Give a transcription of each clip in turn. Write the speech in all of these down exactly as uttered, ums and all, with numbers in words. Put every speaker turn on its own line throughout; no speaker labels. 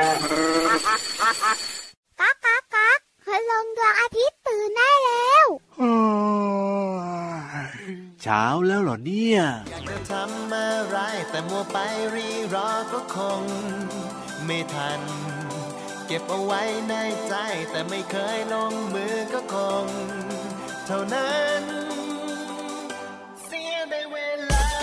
ก๊ากก๊ากก๊ากคืนลงดวงอาทิตย์ตื่นได้แล้ว
เช้าแล้วเหรอเนี่ย
อยากจะทำอะไรแต่มัวไปรีรอก็คงไม่ทันเก็บเอาไว้ในใจแต่ไม่เคยลงมือก็คงเท่านั้นเสียได้เวลา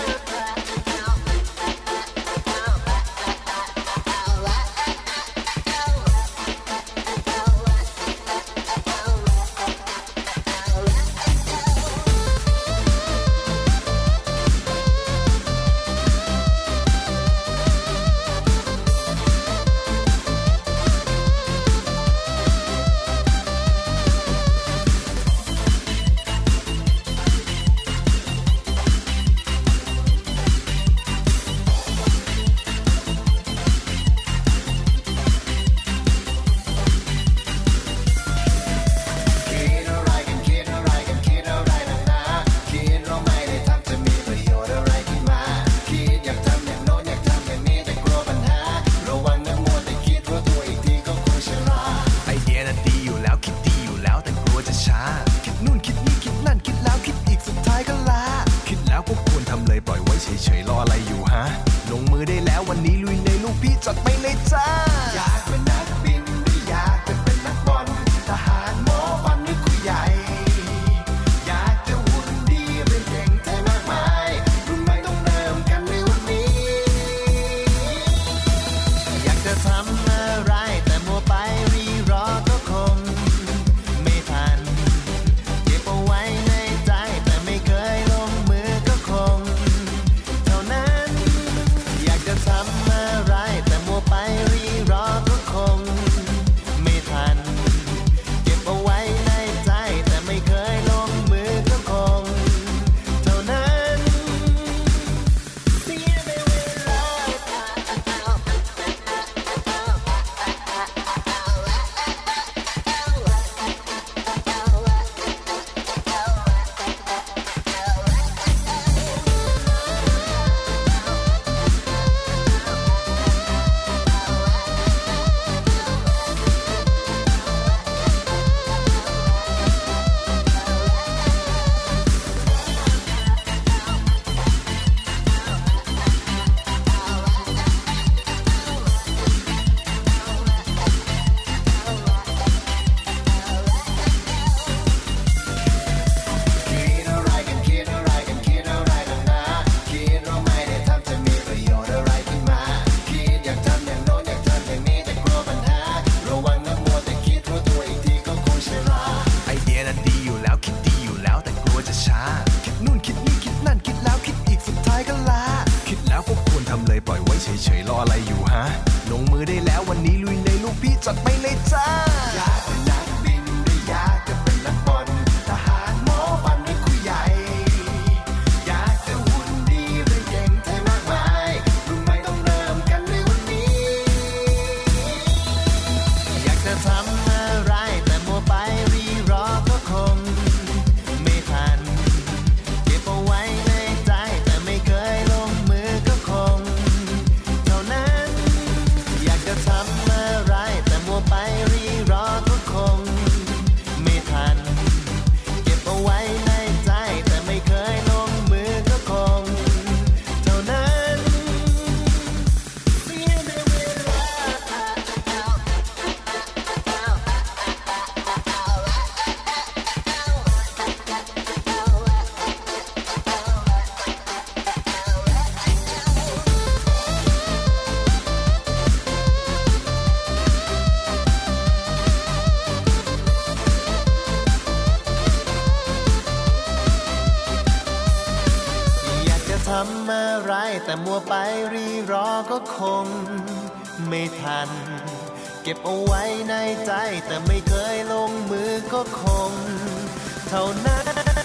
ทำอะไรแต่มัวไปรีรอก็คงไม่ทันเก็บเอาไว้ในใจแต่ไม่เคยลงมือก็คงเท่านั้น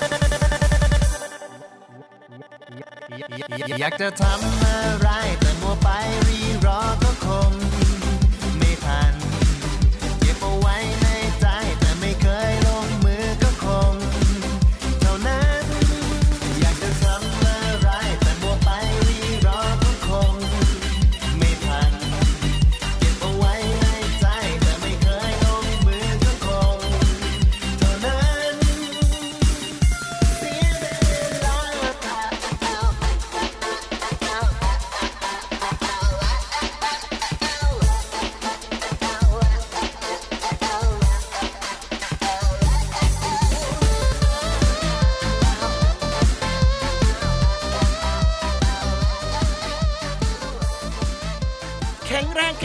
อยากจะทำอะไรแต่มัวไปรีรอก็คงไม่ทันเก็บเอาไว้ในใจแต่ไม่เคยลงมือก็คงเท่านั้นอยากจะทำอะไรแต่มัวไปรีรอก็คงไม่ทันเก็บเอาไว้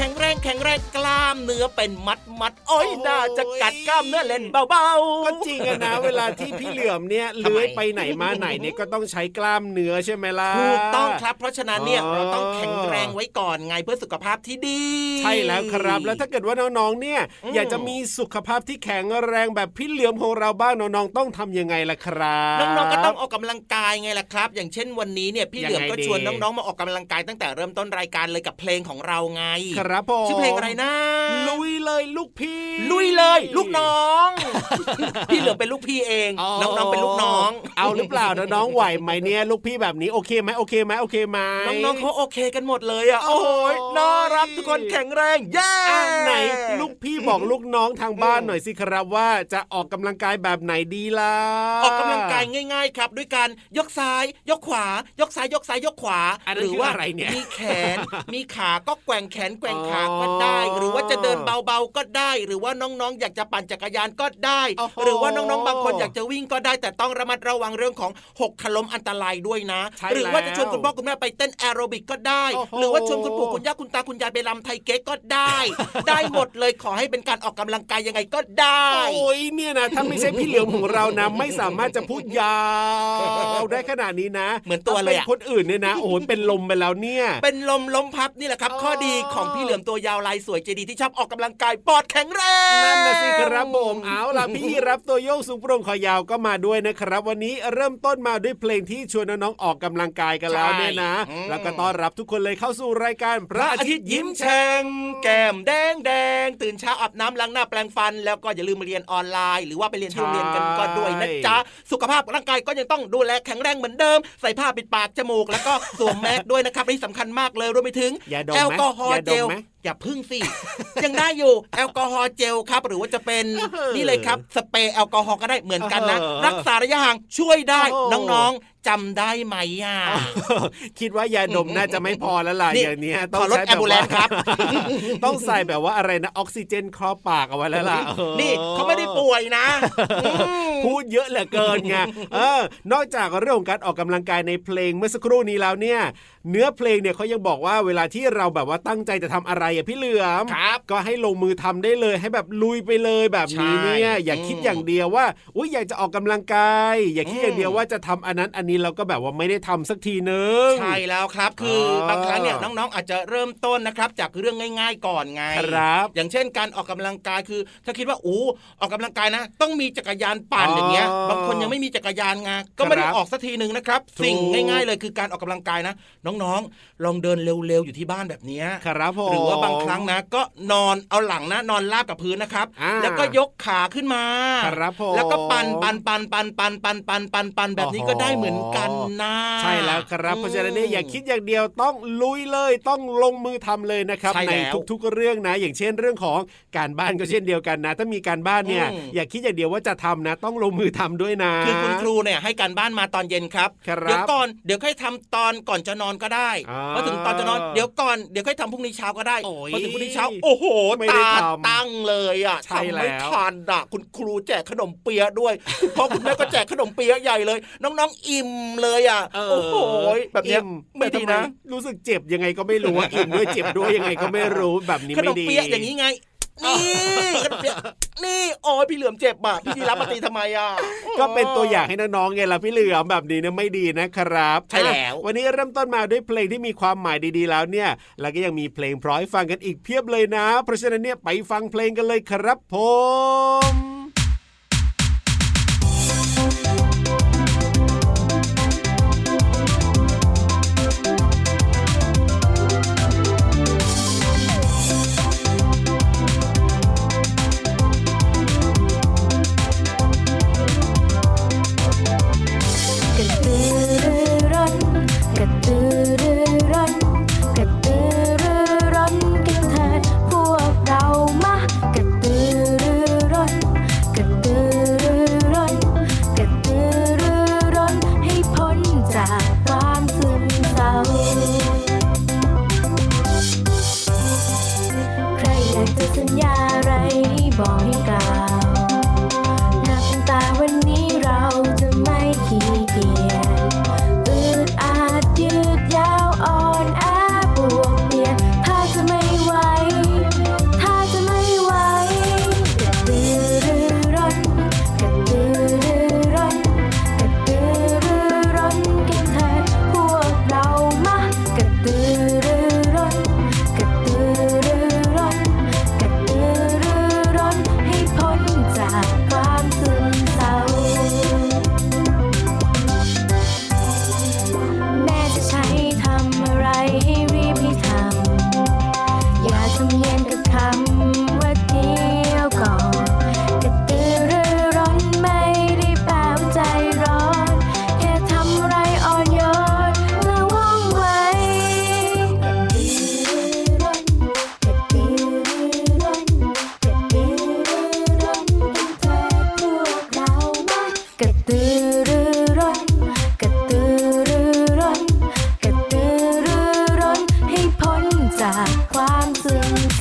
งแรงแข็งแรงกล้ามเนื้อเป็นมัดมัดโอ้ยน่าจะกัดกล้ามเนื้อเล่นเบาๆ
ก็จริงนะ เวลาที่พี่เหลือมเนี่ยเลื้อยไปไหนมาไหนเนี่ยก็ต้องใช้กล้ามเนื้อใช่ไหมล่ะ
ถูกต้องครับเพราะฉะนั้นเนี่ยเราต้องแข็งแรงไว้ก่อนไงเพื่อสุขภาพที่ดี
ใช่แล้วครับแล้วถ้าเกิดว่าน้องๆเนี่ยอยากจะมีสุขภาพที่แข็งแรงแบบพี่เหลือมของเราบ้างน้องๆต้องทำยังไงล่ะครับ
น้องๆก็ต้องออกกำลังกายไงล่ะครับอย่างเช่นวันนี้เนี่ยพี่เหลือมก็ชวนน้องๆมาออกกำลังกายตั้งแต่เริ่มต้นรายการเลยกับเพลงของเราไง
ครับผม
ชื่อเพลงอะไรนะ
ลุยเลยลูกพี่
ลุยเลยลูกน้องพี่เหลือมเป็นลูกพี่เองน้องๆเป็นลูกน้อง
เอาหรือเปล่าน้องๆไหวไหมเนี่ยลูกพี่แบบนี้โอเคไหมโอเคไหมโอเคไหม
น้องๆเขาโอเคกันหมดเลยอ่ะโอ้ยน่ารักทุกคนแข็งแรงเย้
ไหนลูกพี่บอกลูกน้องทางบ้านหน่อยสิครับว่าจะออกกำลังกายแบบไหนดีล่ะ
ออกกำลังกายง่ายๆครับด้วยการยกซ้ายยกขวายกซ้ายยกซ้ายยกขวา
หรือว่า
มีแขนมีขาก็แกว่งแขนแกว่งขาก็ได้หรือว่าจะเดินเบาๆก็ได้หรือว่าน้องๆอยากจะปั่นจักรยานก็ได้หรือว่าน้องๆบางคนอยากจะวิ่งก็ได้แต่ต้องระมัดระวังเรื่องของหกล้มอันตรายด้วยนะหรือว่าจะชวนคุณพ่อคุณแม่ไปเต้นแอโรบิกก็ได้หรือว่าชวนคุณปู่คุณย่าคุณตาคุณยายไปรำไทยเก๊กก็ได้ได้หมดเลยขอให้เป็นการออกกำลังกายยังไงก็ได้
โอ้ยเนี่ยนะถ้าไม่ใช่พี่เหลือมของเรานะไม่สามารถจะพูดยาวได้ขนาดนี้นะ
เหมือนตัวเลยอ่ะ
คนอื่นเนี่ยนะโอ้ยเป็นลมไปแล้วเนี่ย
เป็นลมล้มพับนี่แหละครับข้อดีของพี่เหลือมตัวยาวลายสวยใจดีที่ชอบออกกำลังกายปอดแข็งแรง
นั่นนะสิครับผมเอาล่ะพี่รับตัวโยกสูงโปร่งคอยาวก็มาด้วยนะครับวันนี้เริ่มต้นมาด้วยเพลงที่ชวนน้องๆออกกำลังกายกันแล้วเนี่ยนะแล้วก็ต้อนรับทุกคนเลยเข้าสู่รายการพระอาทิตย์ยิ้มแฉ่ง
แก้มแดงแดงตื่นเช้าอาบน้ำล้างหน้าแปรงฟันแล้วก็อย่าลืมมาเรียนออนไลน์หรือว่าไปเรียนที่โรงเรียนกันก็ด้วยนะจ๊ะสุขภาพร่างกายก็ยังต้องดูแลแข็งแรงเหมือนเดิมใส่ผ้าปิดปากจมูกแล้วก็สวมแมสด้วยนะครับนี่สำคัญมากเลยรวมไปถึงแอลกอฮอล์เจลอย่าพึ่งสิยังได้อยู่แอลกอฮอล์เจลครับหรือว่าจะเป็นนี่เลยครับสเปรย์แอลกอฮอล์ก็ได้เหมือนกันนะรักษาระยะห่างช่วยได้น้องๆจำได้ไหมอ่ะ
คิดว่ายาดมน่าจะไม่พอแล้วล่ะอย่างนี้
ต้องใช้แบบว่า
ต้องใส่แบบว่าอะไรนะออกซิเจนครอบปากเอาไว้แล้วล่ะ
นี่เขาไม่ได้ป่วยนะ
พูดเยอะเหลือเกินไงเออนอกจากเรื่องของการออกกำลังกายในเพลงเมื่อสักครู่นี้แล้วเนี่ยเนื้อเพลงเนี่ยเขายังบอกว่าเวลาที่เราแบบว่าตั้งใจจะทำอะไรอ่ะพี่เหลือมก็ให้ลงมือทำได้เลยให้แบบลุยไปเลยแบบนี้เนี่ยอย่าคิดอย่างเดียวว่าอุ๊ยอยากจะออกกำลังกายอย่าคิดอย่างเดียวว่าจะทำอันนั้นอันนี้เราก็แบบว่าไม่ได้ทำสักทีนึง
ใช่แล้วครับคือบางครั้งเนี่ยน้องๆอาจจะเริ่มต้นนะครับจากเรื่องง่ายๆก่อนไง
ครับ
อย่างเช่นการออกกำลังกายคือถ้าคิดว่าอู้ออกกำลังกายนะต้องมีจักรยานปั่นอย่างเงี้ยบางคนยังไม่มีจักรยานไงก็ไม่ได้ออกสักทีนึงนะครับสิ่งง่ายๆเลยคือการออกกำลังกายนะน้องๆลองเดินเร็วๆอยู่ที่บ้านแบบนี้
ครับผม
หรือว่าบางครั้งนะก็นอนเอาหลังนะนอนราบกับพื้นนะครับแล้วก็ยกขาขึ้นมา
ครับผม
แล้วก็ปั่นปั่นปั่นปั่นปั่นปั่นปั่นปั่นปั่นแบบนี้ก็ได้เหมือนกันนะ
ใช่แล้วครับเพราะฉะนั้นเนี่ยอย่าคิดอย่างเดียวต้องลุยเลยต้องลงมือทำเลยนะครับในทุกๆเรื่องนะอย่างเช่นเรื่องของการบ้านก็เช่นเดียวกันนะถ้ามีการบ้านเนี่ยอย่าคิดอย่างเดียวว่าจะทำนะต้องลงมือทำด้วยนะ
คือคุณครูเนี่ยให้การบ้านมาตอนเย็นครับเดี๋ยวก่อนเดี๋ยวค่อยทำตอนก่อนจะนอนก็ได้พอถึงตอนจะนอนเดี๋ยวก่อนเดี๋ยวค่อยทำพรุ่งนี้เช้าก็ได้พอถึงพรุ่งนี้เช้าโอ้โหตาตั้งเลยอ่ะทำไม่ทันอ่ะคุณครูแจกขนมเปี๊ยะด้วยพ่อคุณแม่ก็แจกขนมเปี๊ยะใหญ่เลยน้องๆอิ่มเลยอ่ะโอ้โหแบบนี้ไม่ดีนะ
รู้สึกเจ็บยังไงก็ไม่รู้อิ่มด้วยเจ็บด้วยยังไงก็ไม่รู้แบบนี้ไม่ดี
ขนมเปี๊ยะอย่างนี้ไงนี่ขนมเปี๊ยะนี่โอ้ยพี่เหลือมเจ็บอ่ะพี่ดีรับมาตีทำไมอ่ะ
ก็เป็นตัวอย่างให้น้องๆไงล่ะพี่เหลือมแบบนี้เนี่ยไม่ดีนะครับ
ใช่แล้ว
วันนี้เริ่มต้นมาด้วยเพลงที่มีความหมายดีๆแล้วเนี่ยแล้วก็ยังมีเพลงเพราะให้ฟังกันอีกเพียบเลยนะเพราะฉะนั้นเนี่ยไปฟังเพลงกันเลยครับผม
พวกเรามากระตือรือร้น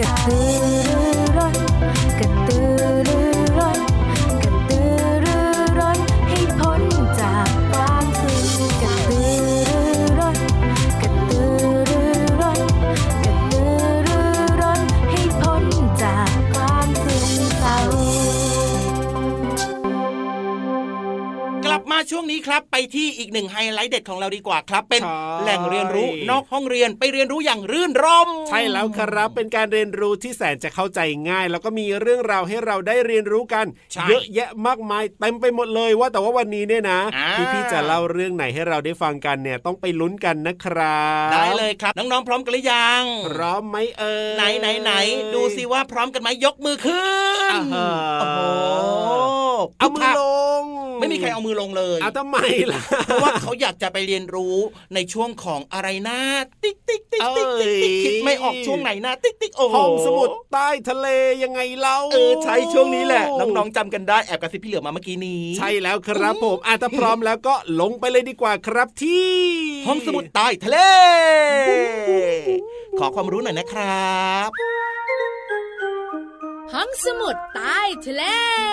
ระตือรือร้นกระตือรือร้นกระตือรือร้นให้พ้นจากความทุกข์กระตือรือร้นกระตือรือร้นกระตือรือร้นให้พ้นจากความทุกข์เศร้าก
ลับมาช่วงนี้ครับไปที่อีกหนึ่งไฮไลท์เด็ดของเราดีกว่าครับเป็นแหล่งเรียนรู้นอกห้องเรียนไปเรียนรู้อย่างรื่นรม
ใช่แล้วครับเป็นการเรียนรู้ที่แสนจะเข้าใจง่ายแล้วก็มีเรื่องราวให้เราได้เรียนรู้กันเยอะแยะมากมายเต็มไปหมดเลยว่าแต่ว่าวันนี้เนี่ยนะพี่ๆจะเล่าเรื่องไหนให้เราได้ฟังกันเนี่ยต้องไปลุ้นกันนะครับ
ได้เลยครับน้องๆพร้อมกันหรือยัง
พร้อมไหมเอ่ย
ไหนไหนไหนดูสิว่าพร้อมกันไหมยกมือขึ้นโอ้โห
เอามือลง
ไม่มีใครเอามือลงเลย
เอาทำไมล่ะ
เพราะว่าเขาอยากจะไปเรียนรู้ในช่วงของอะไรนะติ๊กติ๊กติ๊กติ๊กติ๊กคิดไม่ออกช่วงไหนนะติ๊กติ๊กโอ้โห
ห้องสมุดใต้ทะเลยังไงเล่า
เออใช่ช่วงนี้แหละน้องๆจำกันได้แอบกระซิบพี่เหลือมาเมื่อกี้นี้
ใช่แล้วครับผมอ่ะถ้าพร้อมแล้วก็ลงไปเลยดีกว่าครับที่
ห้องสมุดใต้ทะเลขอความรู้หน่อยนะครับ
ห้องสมุดใต้ทะเล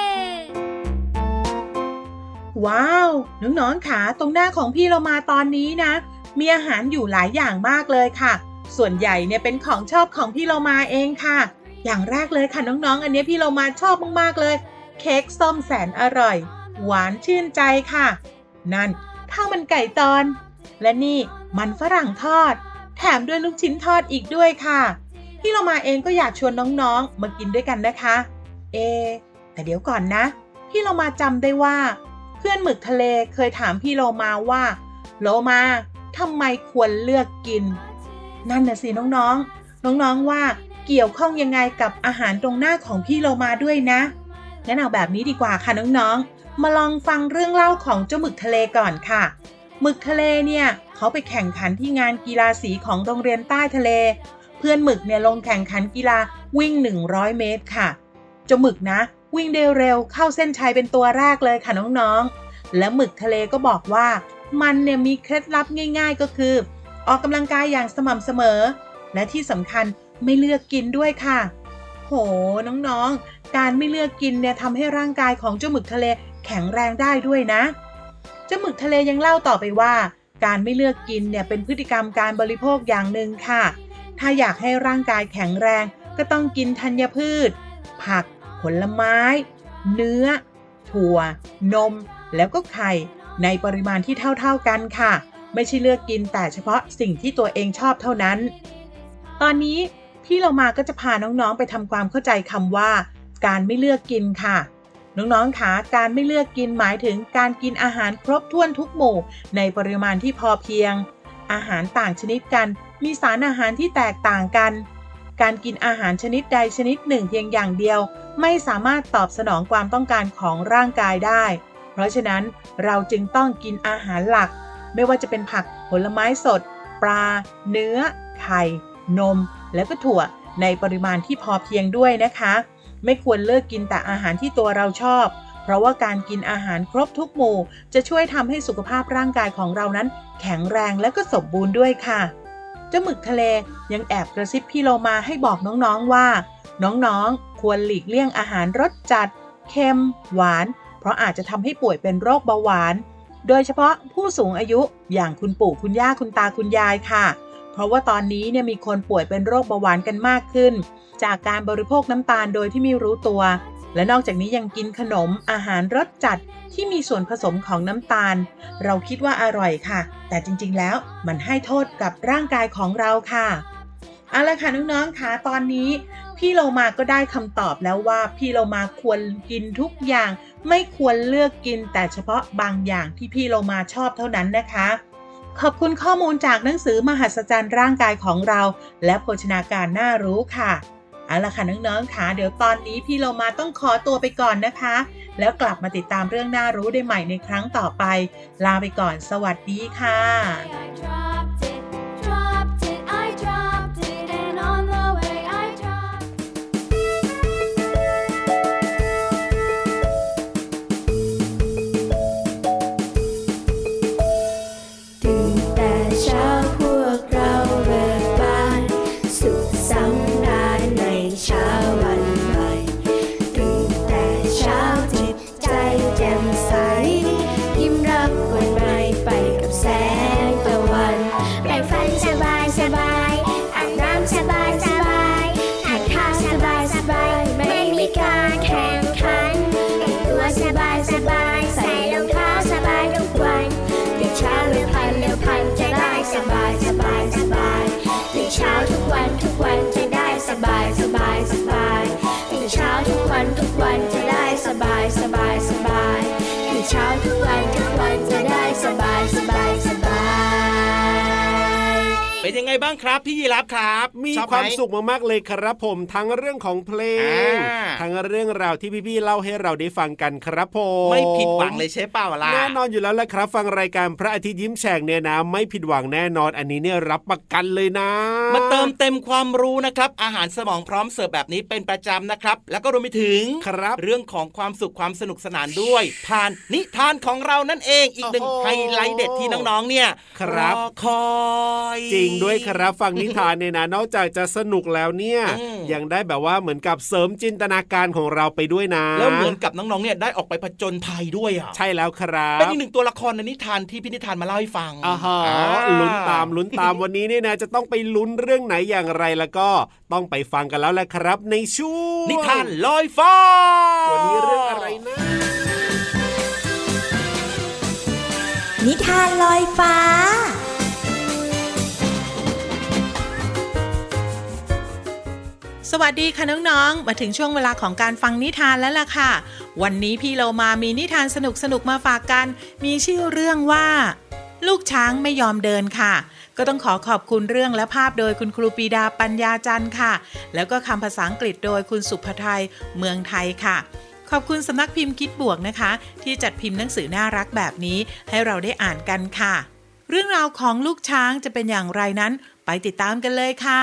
ว้าวน้องๆค่ะตรงหน้าของพี่เรามาตอนนี้นะมีอาหารอยู่หลายอย่างมากเลยค่ะส่วนใหญ่เนี่ยเป็นของชอบของพี่เรามาเองค่ะอย่างแรกเลยค่ะน้องๆอันนี้พี่เรามาชอบมากๆเลยเค้กส้มแสนอร่อยหวานชื่นใจค่ะนั่นข้าวมันไก่ตอนและนี่มันฝรั่งทอดแถมด้วยลูกชิ้นทอดอีกด้วยค่ะพี่เรามาเองก็อยากชวนน้องๆมากินด้วยกันนะคะเอแต่เดี๋ยวก่อนนะพี่เรามาจำได้ว่าเพื่อนหมึกทะเลเคยถามพี่โลมาว่าโลมาทำไมควรเลือกกินนั่นน่ะสิน้องๆน้องๆว่าเกี่ยวข้องยังไงกับอาหารตรงหน้าของพี่โลมาด้วยนะงั้นเอาแบบนี้ดีกว่าค่ะน้องๆมาลองฟังเรื่องเล่าของเจ้าหมึกทะเลก่อนค่ะหมึกทะเลเนี่ยเขาไปแข่งขันที่งานกีฬาสีของโรงเรียนใต้ทะเลเพื่อนหมึกเนี่ยลงแข่งขันกีฬาวิ่งหนึ่งร้อยเมตรค่ะเจ้าหมึกนะวิ่งได้เร็วเข้าเส้นชัยเป็นตัวแรกเลยค่ะน้องๆและหมึกทะเลก็บอกว่ามันเนี่ยมีเคล็ดลับง่ายๆก็คือออกกำลังกายอย่างสม่ำเสมอและที่สำคัญไม่เลือกกินด้วยค่ะโหน้องๆการไม่เลือกกินเนี่ยทำให้ร่างกายของเจ้าหมึกทะเลแข็งแรงได้ด้วยนะเจ้าหมึกทะเลยังเล่าต่อไปว่าการไม่เลือกกินเนี่ยเป็นพฤติกรรมการบริโภคอย่างหนึ่งค่ะถ้าอยากให้ร่างกายแข็งแรงก็ต้องกินธัญพืชผักผลไม้เนื้อถั่วนมแล้วก็ไข่ในปริมาณที่เท่าๆกันค่ะไม่ใช่เลือกกินแต่เฉพาะสิ่งที่ตัวเองชอบเท่านั้นตอนนี้พี่เรามาก็จะพาน้องๆไปทำความเข้าใจคำว่าการไม่เลือกกินค่ะน้องๆคะการไม่เลือกกินหมายถึงการกินอาหารครบถ้วนทุกหมู่ในปริมาณที่พอเพียงอาหารต่างชนิดกันมีสารอาหารที่แตกต่างกันการกินอาหารชนิดใดชนิดหนึ่งเพียงอย่างเดียวไม่สามารถตอบสนองความต้องการของร่างกายได้เพราะฉะนั้นเราจึงต้องกินอาหารหลักไม่ว่าจะเป็นผักผลไม้สดปลาเนื้อไข่นมและก็ถั่วในปริมาณที่พอเพียงด้วยนะคะไม่ควรเลิกกินแต่อาหารที่ตัวเราชอบเพราะว่าการกินอาหารครบทุกหมู่จะช่วยทำให้สุขภาพร่างกายของเรานั้นแข็งแรงและก็สมบูรณ์ด้วยค่ะเจ้าหมึกทะเลยังแอบกระซิบพี่โลมาให้บอกน้องๆว่าน้องๆควรหลีกเลี่ยงอาหารรสจัดเค็มหวานเพราะอาจจะทำให้ป่วยเป็นโรคเบาหวานโดยเฉพาะผู้สูงอายุอย่างคุณปู่คุณย่าคุณตาคุณยายค่ะเพราะว่าตอนนี้เนี่ยมีคนป่วยเป็นโรคเบาหวานกันมากขึ้นจากการบริโภคน้ำตาลโดยที่ไม่รู้ตัวและนอกจากนี้ยังกินขนมอาหารรสจัดที่มีส่วนผสมของน้ำตาลเราคิดว่าอร่อยค่ะแต่จริงๆแล้วมันให้โทษกับร่างกายของเราค่ะเอาล่ะค่ะน้องๆค่ะตอนนี้พี่โลมาก็ได้คำตอบแล้วว่าพี่โลมาควรกินทุกอย่างไม่ควรเลือกกินแต่เฉพาะบางอย่างที่พี่โลมาชอบเท่านั้นนะคะขอบคุณข้อมูลจากหนังสือมหัศจรรย์ร่างกายของเราและโภชนาการน่ารู้ค่ะเอาล่ะค่ะน้องๆค่ะเดี๋ยวตอนนี้พี่โลมาต้องขอตัวไปก่อนนะคะแล้วกลับมาติดตามเรื่องน่ารู้ได้ใหม่ในครั้งต่อไปลาไปก่อนสวัสดีค่ะ
สุขสำราญใน
ยังไงบ้างครับพี่ยีรับครับ
มีความสุขมากๆเลยครับผมทั้งเรื่องของเพลงทั้งเรื่องราวที่พี่ๆเล่าให้เราได้ฟังกันครับผม
ไม่ผิดหวังเลยใช่เปล่าล่ะ
แน่นอนอยู่แล้วแหละครับฟังรายการพระอาทิตย์ยิ้มแฉ่งเนี่ยนะไม่ผิดหวังแน่นอนอันนี้เนี่ยรับประกันเลยนะ
มาเติมเต็มความรู้นะครับอาหารสมองพร้อมเสิร์ฟแบบนี้เป็นประจำนะครับแล้วก็รวมไปถึง
ครับ
เรื่องของความสุขความสนุกสนานด้วยผ่านนิทานของเรานั่นเองอีกหนึ่งไฮไลท์เด็ดที่น้องๆเนี่ย
ครับ
คอย
จริงด้วยครับฟังนิทานเนี่ยนะนอกจากจะสนุกแล้วเนี่ยยังได้แบบว่าเหมือนกับเสริมจินตนาการของเราไปด้วยนะ
แล้วเหมือนกับน้องๆเนี่ยได้ออกไปผจญภัยด้วยอ่ะ
ใช่แล้วครับ
เป็นอีกหนึ่งตัวละครในนิทานที่พี่นิทานมาเล่าให้ฟัง
อ๋อลุ้นตามลุ้นตามวันนี้เนี่ยนะจะต้องไปลุ้นเรื่องไหนอย่างไรแล้วก็ต้องไปฟังกันแล้วแหละครับในช่วง
นิทานลอยฟ้า
วันนี้เรื่องอะไรนะ
นิทานลอยฟ้า
สวัสดีค่ะน้องๆมาถึงช่วงเวลาของการฟังนิทานแล้วล่ะค่ะวันนี้พี่เรามามีนิทานสนุกๆมาฝากกันมีชื่อเรื่องว่าลูกช้างไม่ยอมเดินค่ะก็ต้องขอขอบคุณเรื่องและภาพโดยคุณครูปีดาปัญญาจันทร์ค่ะแล้วก็คำภาษาอังกฤษโดยคุณสุภทัยเมืองไทยค่ะขอบคุณสำนักพิมพ์คิดบวกนะคะที่จัดพิมพ์หนังสือน่ารักแบบนี้ให้เราได้อ่านกันค่ะเรื่องราวของลูกช้างจะเป็นอย่างไรนั้นไปติดตามกันเลยค่ะ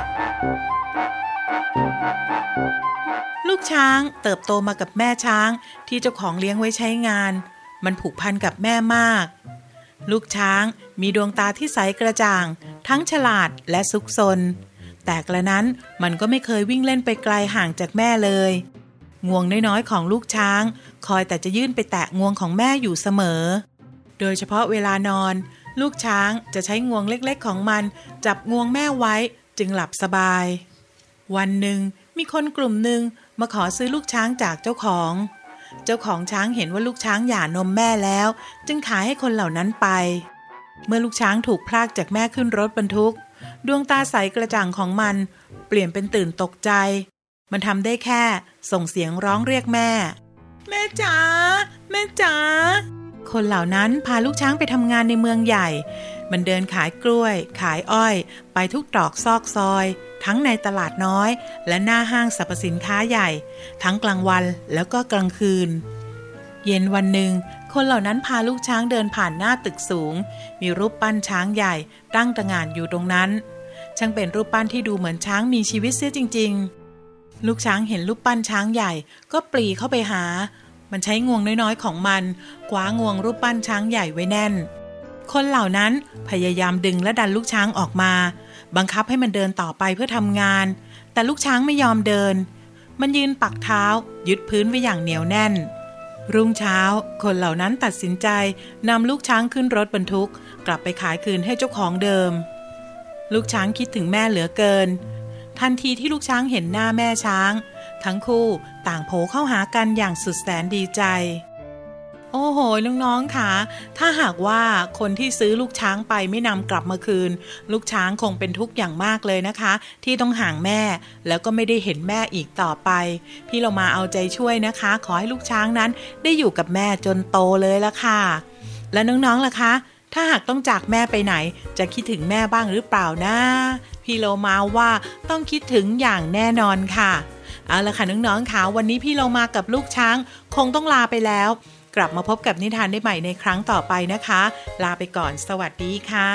ลูกช้างเติบโตมากับแม่ช้างที่เจ้าของเลี้ยงไว้ใช้งานมันผูกพันกับแม่มากลูกช้างมีดวงตาที่ใสกระจ่างทั้งฉลาดและซุกซนแต่กระนั้นมันก็ไม่เคยวิ่งเล่นไปไกลห่างจากแม่เลยงวงน้อยๆของลูกช้างคอยแต่จะยื่นไปแตะงวงของแม่อยู่เสมอโดยเฉพาะเวลานอนลูกช้างจะใช้งวงเล็กๆของมันจับงวงแม่ไว้จึงหลับสบายวันหนึ่งมีคนกลุ่มหนึ่งมาขอซื้อลูกช้างจากเจ้าของเจ้าของช้างเห็นว่าลูกช้างหย่านมแม่แล้วจึงขายให้คนเหล่านั้นไปเมื่อลูกช้างถูกพรากจากแม่ขึ้นรถบรรทุกดวงตาใสกระจ่างของมันเปลี่ยนเป็นตื่นตกใจมันทำได้แค่ส่งเสียงร้องเรียกแม่แม่จ๋าแม่จ๋าคนเหล่านั้นพาลูกช้างไปทำงานในเมืองใหญ่มันเดินขายกล้วยขายอ้อยไปทุกตรอกซอกซอยทั้งในตลาดน้อยและหน้าห้างสรรพสินค้าใหญ่ทั้งกลางวันแล้วก็กลางคืนเย็นวันหนึ่งคนเหล่านั้นพาลูกช้างเดินผ่านหน้าตึกสูงมีรูปปั้นช้างใหญ่ตั้งตระหง่านอยู่ตรงนั้นช่างเป็นรูปปั้นที่ดูเหมือนช้างมีชีวิตเสียจริงๆลูกช้างเห็นรูปปั้นช้างใหญ่ก็ปรีเข้าไปหามันใช้งวงน้อยๆของมันคว้างวงรูปปั้นช้างใหญ่ไว้แน่นคนเหล่านั้นพยายามดึงและดันลูกช้างออกมาบังคับให้มันเดินต่อไปเพื่อทำงานแต่ลูกช้างไม่ยอมเดินมันยืนปักเท้ายึดพื้นไว้อย่างเหนียวแน่นรุ่งเช้าคนเหล่านั้นตัดสินใจนำลูกช้างขึ้นรถบรรทุกกลับไปขายคืนให้เจ้าของเดิมลูกช้างคิดถึงแม่เหลือเกินทันทีที่ลูกช้างเห็นหน้าแม่ช้างทั้งคู่ต่างโผล่เข้าหากันอย่างสุดแสนดีใจโอ้โหน้องๆค่ะถ้าหากว่าคนที่ซื้อลูกช้างไปไม่นำกลับมาคืนลูกช้างคงเป็นทุกข์อย่างมากเลยนะคะที่ต้องห่างแม่แล้วก็ไม่ได้เห็นแม่อีกต่อไปพี่เรามาเอาใจช่วยนะคะขอให้ลูกช้างนั้นได้อยู่กับแม่จนโตเลยละค่ะแล้วน้องๆล่ะคะถ้าหากต้องจากแม่ไปไหนจะคิดถึงแม่บ้างหรือเปล่านะพี่เรามาว่าต้องคิดถึงอย่างแน่นอนค่ะเอาละค่ะน้องๆค่ะวันนี้พี่เรามากับลูกช้างคงต้องลาไปแล้วกลับมาพบกับนิทานได้ใหม่ในครั้งต่อไปนะคะลาไปก่อนสวัสดีค่ะ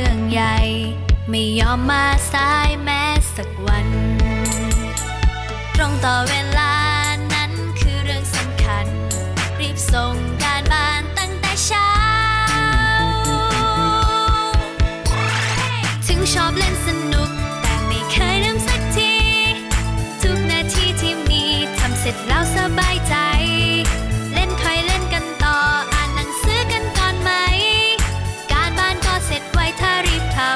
ไม่ยอมมาสายแม้สักวันรงต่อเวลานั้นคือเรื่องสำคัญรีบส่งการบ้านตั้งแต่เช้าถึงชอบเล่นสนุกแต่ไม่เคยลืมสักทีทุกนาทีที่มีทำเสร็จแล้วสบายใจเล่นค่อยเล่นกันต่ออ่านหนังสือกันก่อนไหมการบ้านก็เสร็จไวถ้ารีบทำ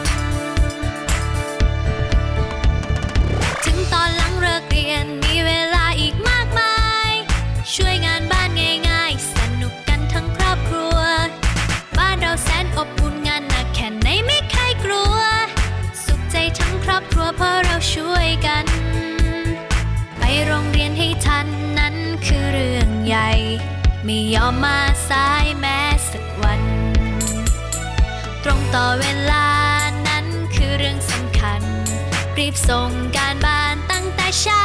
ถึงตอนหลังเลิกเรียนมีเวลาอีกมากมายช่วยงานบ้านง่ายๆสนุกกันทั้งครอบครัวบ้านเราแสนอบอุ่นงานหนักแค่ไหนไม่เคยกลัวสุขใจทั้งครอบครัวเพราะเราช่วยกันไปโรงเรียนให้ทันนั้นคือเรื่องใหญ่ไม่ยอมมาสายแม้สักวันตรงต่อเวลานั้นคือเรื่องสำคัญรีบส่งการบ้านตั้งแต่เช้า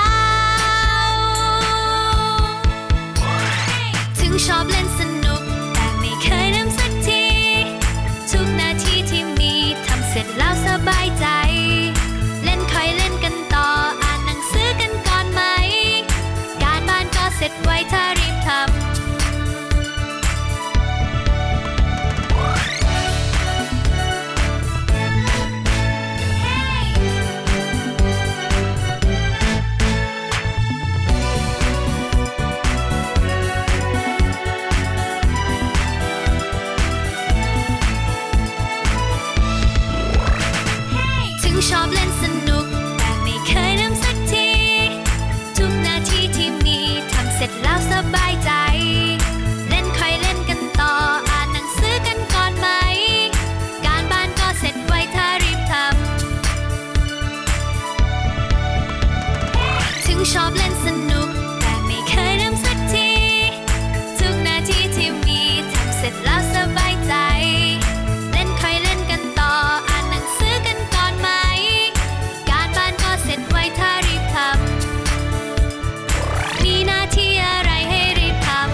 ถึงชอบเล่นสนุกแต่ไม่เคยลืมสักทีทุกนาทีที่มีทำเสร็จแล้วสบายใจเล่นค่อยเล่นกันต่ออ่านหนังสือกันก่อนไหมการบ้านก็เสร็จไวถ้ารีบทำชอบเล่นสนุกแต่ไม่เคยลืมสักทีทุกนาทีที่มีทำเสร็จแล้วสบายใจเล่นค่อยเล่นกันต่ออ่านหนังสือกันก่อนไหมการบ้านก็เสร็จไวถ้ารีบทำถึงชอบเล่นสนุกแต่ไม่เคยลืมสักทีทุกนาทีที่มีทำเสร็จแล้วสบายใจเล่นค่อยเล่นกันต่ออ่านหนังสือกันก่อนไหมการบ้านก็เสร็จไวถ้ารีบทำมีหน้าที่อะไรให้รีบทำ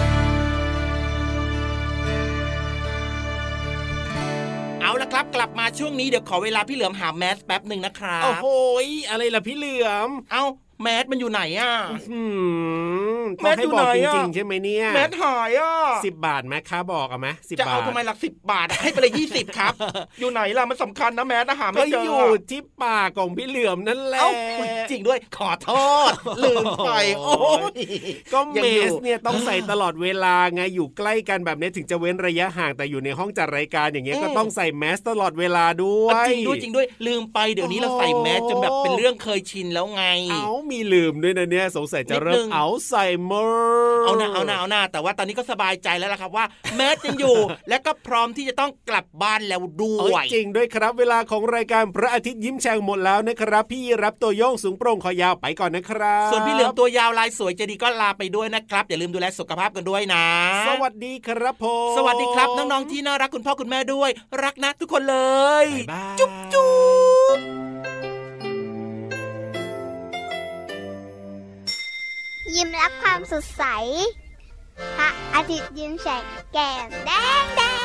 เอาละครับกลับมาช่วงนี้เดี๋ยวขอเวลาพี่เหลือมหาแมสแป๊บหนึ่งนะครับ
โอ้โหอะไรล่ะพี่เหลือม
เอ้าแมสมันอยู่ไหนอ่ะ
แมสอยู่ไหนจริงๆใช่ไหมเนี่ย
แมสหายอ่ะ
สิบบาทไหมคะบอกเอาไหมสิบบาท
จะเอาทำไมหลักสิบบาทให้ไปเลยยี่สิบครับอยู่ไหนล่ะมันสำคัญนะแมสหาไม่เจอ
อยู่ที่ปากของพี่เหลือมนั่นแหละ
จริงด้วยขอโทษลืมไปโอ้ย
ก็เมสเนี่ยต้องใส่ตลอดเวลาไงอยู่ใกล้กันแบบนี้ถึงจะเว้นระยะห่างแต่อยู่ในห้องจัดรายการอย่างเงี้ยก็ต้องใส่แมสตลอดเวลาด้วย
จริงด้วยจริงด้วยลืมไปเดี๋ยวนี้เราใส่แมสจนแบบเป็นเรื่องเคยชินแล้วไง
เอ้ามีลืมด้วยนะเนี่ยสงสัยจะเริ่มเอาไซเมอร์
เอาหน้าเอาหน้าเอาหน้าแต่ว่าตอนนี้ก็สบายใจแล้วล่ะครับว่าแมสยังอยู่และก็พร้อมที่จะต้องกลับบ้านแล้วด้วย
จริงด้วยครับเวลาของรายการพระอาทิตย์ยิ้มแฉ่งหมดแล้วนะครับพี่รับตัวโยงสูงโปร่งคอยาวไปก่อนนะครับ
ส่วนพี่เหลือมตัวยาวลายสวยใจดีก็ลาไปด้วยนะครับอย่าลืมดูแลสุขภาพกันด้วยนะ
สวัสดีครับผม
สวัสดีครับน้องๆที่น่ารักคุณพ่อคุณแม่ด้วยรักนะทุกคนเลยจุ๊บจุ๊บ
ยิ้มรับความสดใสพระอาทิตย์ยิ้มแฉกแก้มแดงแดง